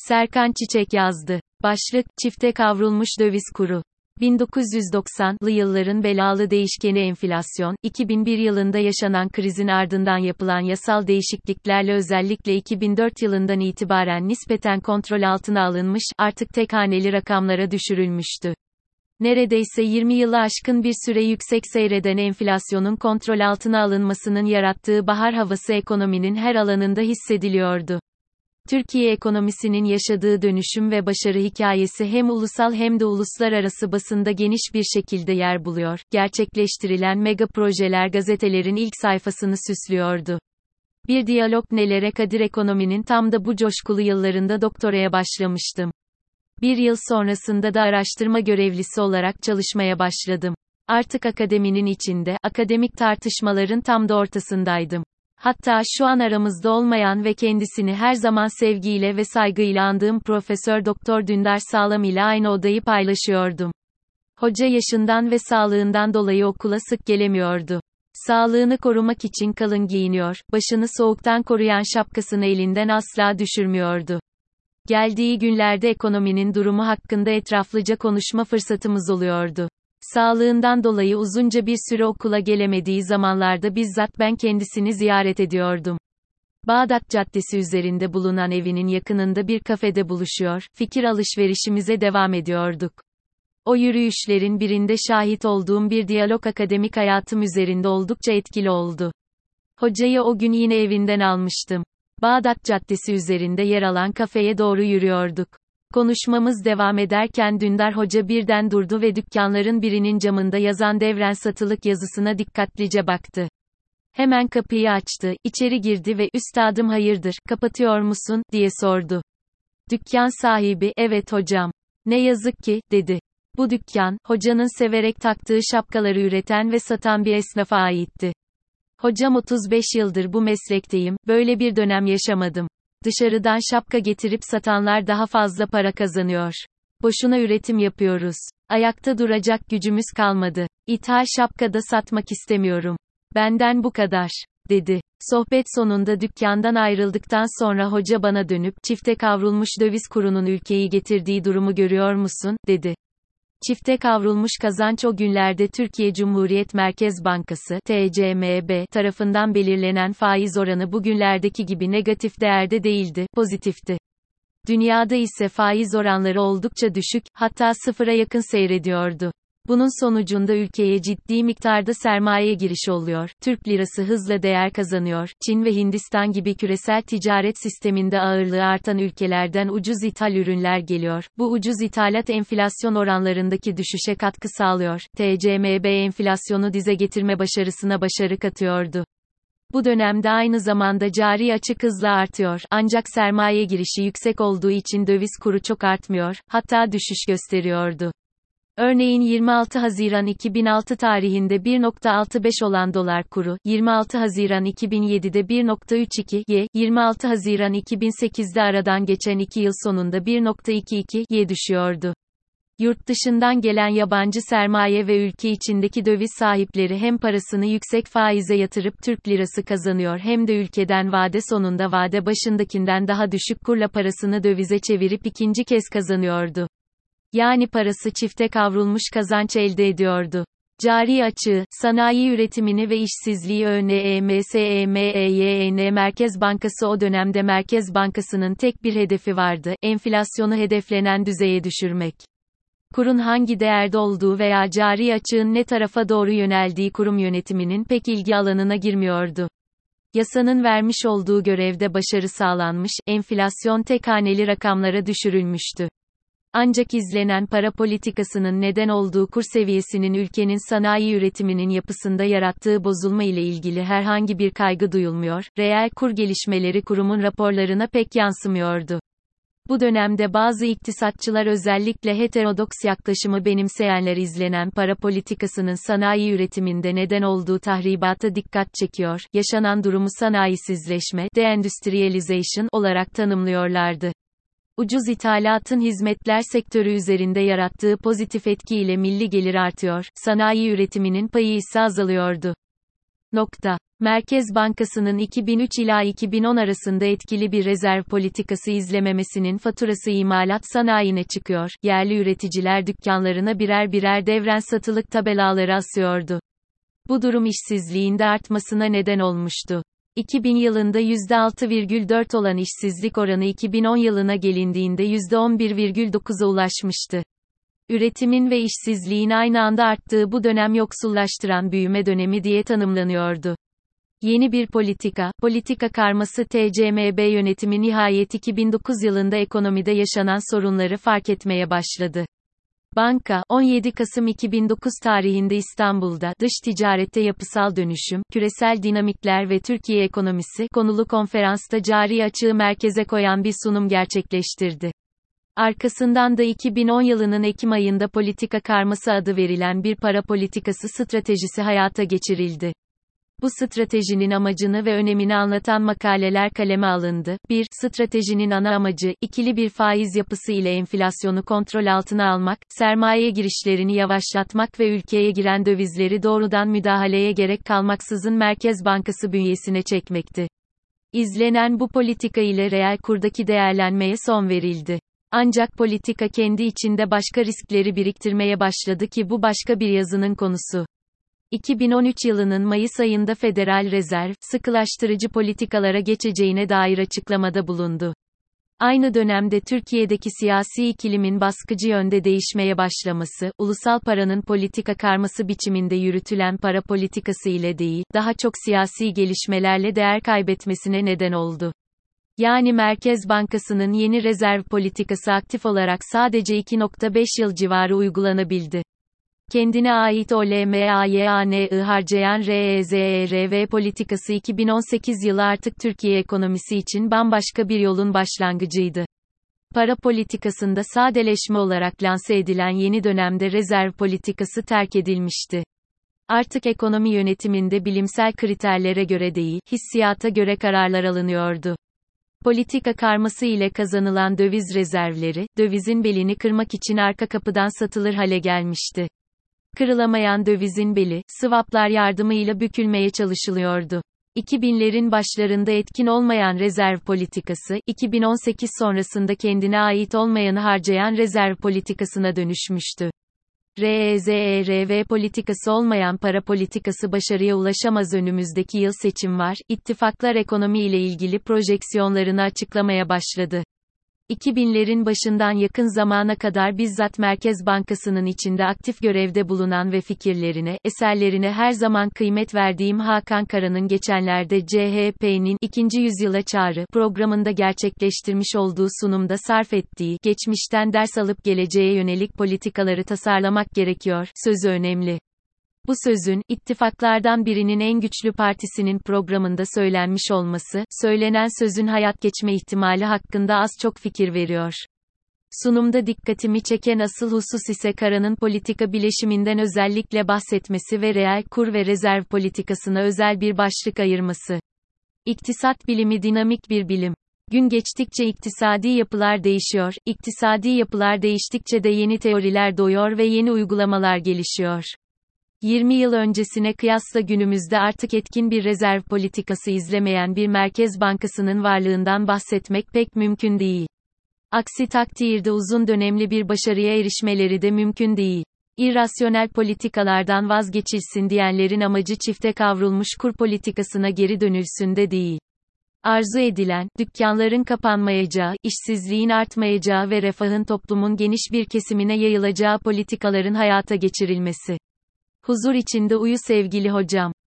Serkan Çiçek yazdı. Başlık, çifte kavrulmuş döviz kuru. 1990'lı yılların belalı değişkeni enflasyon, 2001 yılında yaşanan krizin ardından yapılan yasal değişikliklerle özellikle 2004 yılından itibaren nispeten kontrol altına alınmış, artık tek haneli rakamlara düşürülmüştü. Neredeyse 20 yılı aşkın bir süre yüksek seyreden enflasyonun kontrol altına alınmasının yarattığı bahar havası ekonominin her alanında hissediliyordu. Türkiye ekonomisinin yaşadığı dönüşüm ve başarı hikayesi hem ulusal hem de uluslararası basında geniş bir şekilde yer buluyor. Gerçekleştirilen mega projeler gazetelerin ilk sayfasını süslüyordu. Bir diyalog nelere kadir ekonominin tam da bu coşkulu yıllarında doktoraya başlamıştım. Bir yıl sonrasında da araştırma görevlisi olarak çalışmaya başladım. Artık akademinin içinde, akademik tartışmaların tam da ortasındaydım. Hatta şu an aramızda olmayan ve kendisini her zaman sevgiyle ve saygıyla andığım Profesör Doktor Dündar Sağlam ile aynı odayı paylaşıyordum. Hoca yaşından ve sağlığından dolayı okula sık gelemiyordu. Sağlığını korumak için kalın giyiniyor, başını soğuktan koruyan şapkasını elinden asla düşürmüyordu. Geldiği günlerde ekonominin durumu hakkında etraflıca konuşma fırsatımız oluyordu. Sağlığından dolayı uzunca bir süre okula gelemediği zamanlarda bizzat ben kendisini ziyaret ediyordum. Bağdat Caddesi üzerinde bulunan evinin yakınında bir kafede buluşuyor, fikir alışverişimize devam ediyorduk. O yürüyüşlerin birinde şahit olduğum bir diyalog akademik hayatım üzerinde oldukça etkili oldu. Hocayı o gün yine evinden almıştım. Bağdat Caddesi üzerinde yer alan kafeye doğru yürüyorduk. Konuşmamız devam ederken Dündar Hoca birden durdu ve dükkanların birinin camında yazan "Devren Satılık" yazısına dikkatlice baktı. Hemen kapıyı açtı, içeri girdi ve "Üstadım hayırdır, kapatıyor musun?" diye sordu. Dükkan sahibi, "Evet hocam. Ne yazık ki," dedi. Bu dükkan, hocanın severek taktığı şapkaları üreten ve satan bir esnafa aitti. "Hocam 35 yıldır bu meslekteyim, böyle bir dönem yaşamadım. Dışarıdan şapka getirip satanlar daha fazla para kazanıyor. Boşuna üretim yapıyoruz. Ayakta duracak gücümüz kalmadı. İthal şapka da satmak istemiyorum. Benden bu kadar," dedi. Sohbet sonunda dükkandan ayrıldıktan sonra hoca bana dönüp, "Çifte kavrulmuş döviz kurunun ülkeyi getirdiği durumu görüyor musun?" dedi. Çifte kavrulmuş kazanç o günlerde Türkiye Cumhuriyet Merkez Bankası (TCMB) tarafından belirlenen faiz oranı bugünlerdeki gibi negatif değerde değildi, pozitifti. Dünyada ise faiz oranları oldukça düşük, hatta sıfıra yakın seyrediyordu. Bunun sonucunda ülkeye ciddi miktarda sermaye girişi oluyor, Türk lirası hızla değer kazanıyor, Çin ve Hindistan gibi küresel ticaret sisteminde ağırlığı artan ülkelerden ucuz ithal ürünler geliyor, bu ucuz ithalat enflasyon oranlarındaki düşüşe katkı sağlıyor, TCMB enflasyonu dize getirme başarısına başarı katıyordu. Bu dönemde aynı zamanda cari açık hızla artıyor, ancak sermaye girişi yüksek olduğu için döviz kuru çok artmıyor, hatta düşüş gösteriyordu. Örneğin 26 Haziran 2006 tarihinde 1.65 olan dolar kuru, 26 Haziran 2007'de 1.32'ye, 26 Haziran 2008'de aradan geçen 2 yıl sonunda 1.22'ye düşüyordu. Yurt dışından gelen yabancı sermaye ve ülke içindeki döviz sahipleri hem parasını yüksek faize yatırıp Türk lirası kazanıyor hem de ülkeden vade sonunda vade başındakinden daha düşük kurla parasını dövize çevirip ikinci kez kazanıyordu. Yani parası çifte kavrulmuş kazanç elde ediyordu. Cari açığı, sanayi üretimini ve işsizliği önleyen Merkez Bankası o dönemde Merkez Bankası'nın tek bir hedefi vardı, enflasyonu hedeflenen düzeye düşürmek. Kurun hangi değerde olduğu veya cari açığın ne tarafa doğru yöneldiği kurum yönetiminin pek ilgi alanına girmiyordu. Yasanın vermiş olduğu görevde başarı sağlanmış, enflasyon tek haneli rakamlara düşürülmüştü. Ancak izlenen para politikasının neden olduğu kur seviyesinin ülkenin sanayi üretiminin yapısında yarattığı bozulma ile ilgili herhangi bir kaygı duyulmuyor, reel kur gelişmeleri kurumun raporlarına pek yansımıyordu. Bu dönemde bazı iktisatçılar özellikle heterodoks yaklaşımı benimseyenler izlenen para politikasının sanayi üretiminde neden olduğu tahribata dikkat çekiyor, yaşanan durumu sanayisizleşme, deindustrialization olarak tanımlıyorlardı. Ucuz ithalatın hizmetler sektörü üzerinde yarattığı pozitif etki ile milli gelir artıyor, sanayi üretiminin payı ise azalıyordu. Merkez Bankası'nın 2003 ila 2010 arasında etkili bir rezerv politikası izlememesinin faturası imalat sanayine çıkıyor, yerli üreticiler dükkanlarına birer birer devren satılık tabelaları asıyordu. Bu durum işsizliğin de artmasına neden olmuştu. 2000 yılında %6,4 olan işsizlik oranı 2010 yılına gelindiğinde %11,9'a ulaşmıştı. Üretimin ve işsizliğin aynı anda arttığı bu dönem yoksullaştıran büyüme dönemi diye tanımlanıyordu. Yeni bir politika karması TCMB yönetimi nihayet 2009 yılında ekonomide yaşanan sorunları fark etmeye başladı. Banka, 17 Kasım 2009 tarihinde İstanbul'da Dış Ticarette Yapısal Dönüşüm, Küresel Dinamikler ve Türkiye Ekonomisi konulu konferansta cari açığı merkeze koyan bir sunum gerçekleştirdi. Arkasından da 2010 yılının Ekim ayında politika karması adı verilen bir para politikası stratejisi hayata geçirildi. Bu stratejinin amacını ve önemini anlatan makaleler kaleme alındı. 1. Stratejinin ana amacı, ikili bir faiz yapısı ile enflasyonu kontrol altına almak, sermaye girişlerini yavaşlatmak ve ülkeye giren dövizleri doğrudan müdahaleye gerek kalmaksızın Merkez Bankası bünyesine çekmekti. İzlenen bu politika ile reel kurdaki değerlenmeye son verildi. Ancak politika kendi içinde başka riskleri biriktirmeye başladı ki bu başka bir yazının konusu. 2013 yılının Mayıs ayında Federal Rezerv, sıkılaştırıcı politikalara geçeceğine dair açıklamada bulundu. Aynı dönemde Türkiye'deki siyasi iklimin baskıcı yönde değişmeye başlaması, ulusal paranın politika karması biçiminde yürütülen para politikası ile değil, daha çok siyasi gelişmelerle değer kaybetmesine neden oldu. Yani Merkez Bankası'nın yeni rezerv politikası aktif olarak sadece 2,5 yıl civarı uygulanabildi. Kendine ait OLMAYAN'ı harcayan REZERV politikası 2018 yılı artık Türkiye ekonomisi için bambaşka bir yolun başlangıcıydı. Para politikasında sadeleşme olarak lanse edilen yeni dönemde rezerv politikası terk edilmişti. Artık ekonomi yönetiminde bilimsel kriterlere göre değil, hissiyata göre kararlar alınıyordu. Politika karması ile kazanılan döviz rezervleri, dövizin belini kırmak için arka kapıdan satılır hale gelmişti. Kırılamayan dövizin beli, swaplar yardımıyla bükülmeye çalışılıyordu. 2000'lerin başlarında etkin olmayan rezerv politikası, 2018 sonrasında kendine ait olmayanı harcayan rezerv politikasına dönüşmüştü. REZERV politikası olmayan para politikası başarıya ulaşamaz. Önümüzdeki yıl seçim var, ittifaklar ekonomi ile ilgili projeksiyonlarını açıklamaya başladı. 2000'lerin başından yakın zamana kadar bizzat Merkez Bankası'nın içinde aktif görevde bulunan ve fikirlerine, eserlerine her zaman kıymet verdiğim Hakan Kara'nın geçenlerde CHP'nin 2. Yüzyıla Çağrı programında gerçekleştirmiş olduğu sunumda sarf ettiği, geçmişten ders alıp geleceğe yönelik politikaları tasarlamak gerekiyor, sözü önemli. Bu sözün, ittifaklardan birinin en güçlü partisinin programında söylenmiş olması, söylenen sözün hayat geçme ihtimali hakkında az çok fikir veriyor. Sunumda dikkatimi çeken asıl husus ise Kara'nın politika bileşiminden özellikle bahsetmesi ve reel kur ve rezerv politikasına özel bir başlık ayırması. İktisat bilimi dinamik bir bilim. Gün geçtikçe iktisadi yapılar değişiyor, iktisadi yapılar değiştikçe de yeni teoriler doğuyor ve yeni uygulamalar gelişiyor. 20 yıl öncesine kıyasla günümüzde artık etkin bir rezerv politikası izlemeyen bir Merkez Bankası'nın varlığından bahsetmek pek mümkün değil. Aksi takdirde uzun dönemli bir başarıya erişmeleri de mümkün değil. İrrasyonel politikalardan vazgeçilsin diyenlerin amacı çifte kavrulmuş kur politikasına geri dönülsün de değil. Arzu edilen, dükkanların kapanmayacağı, işsizliğin artmayacağı ve refahın toplumun geniş bir kesimine yayılacağı politikaların hayata geçirilmesi. Huzur içinde uyu sevgili hocam.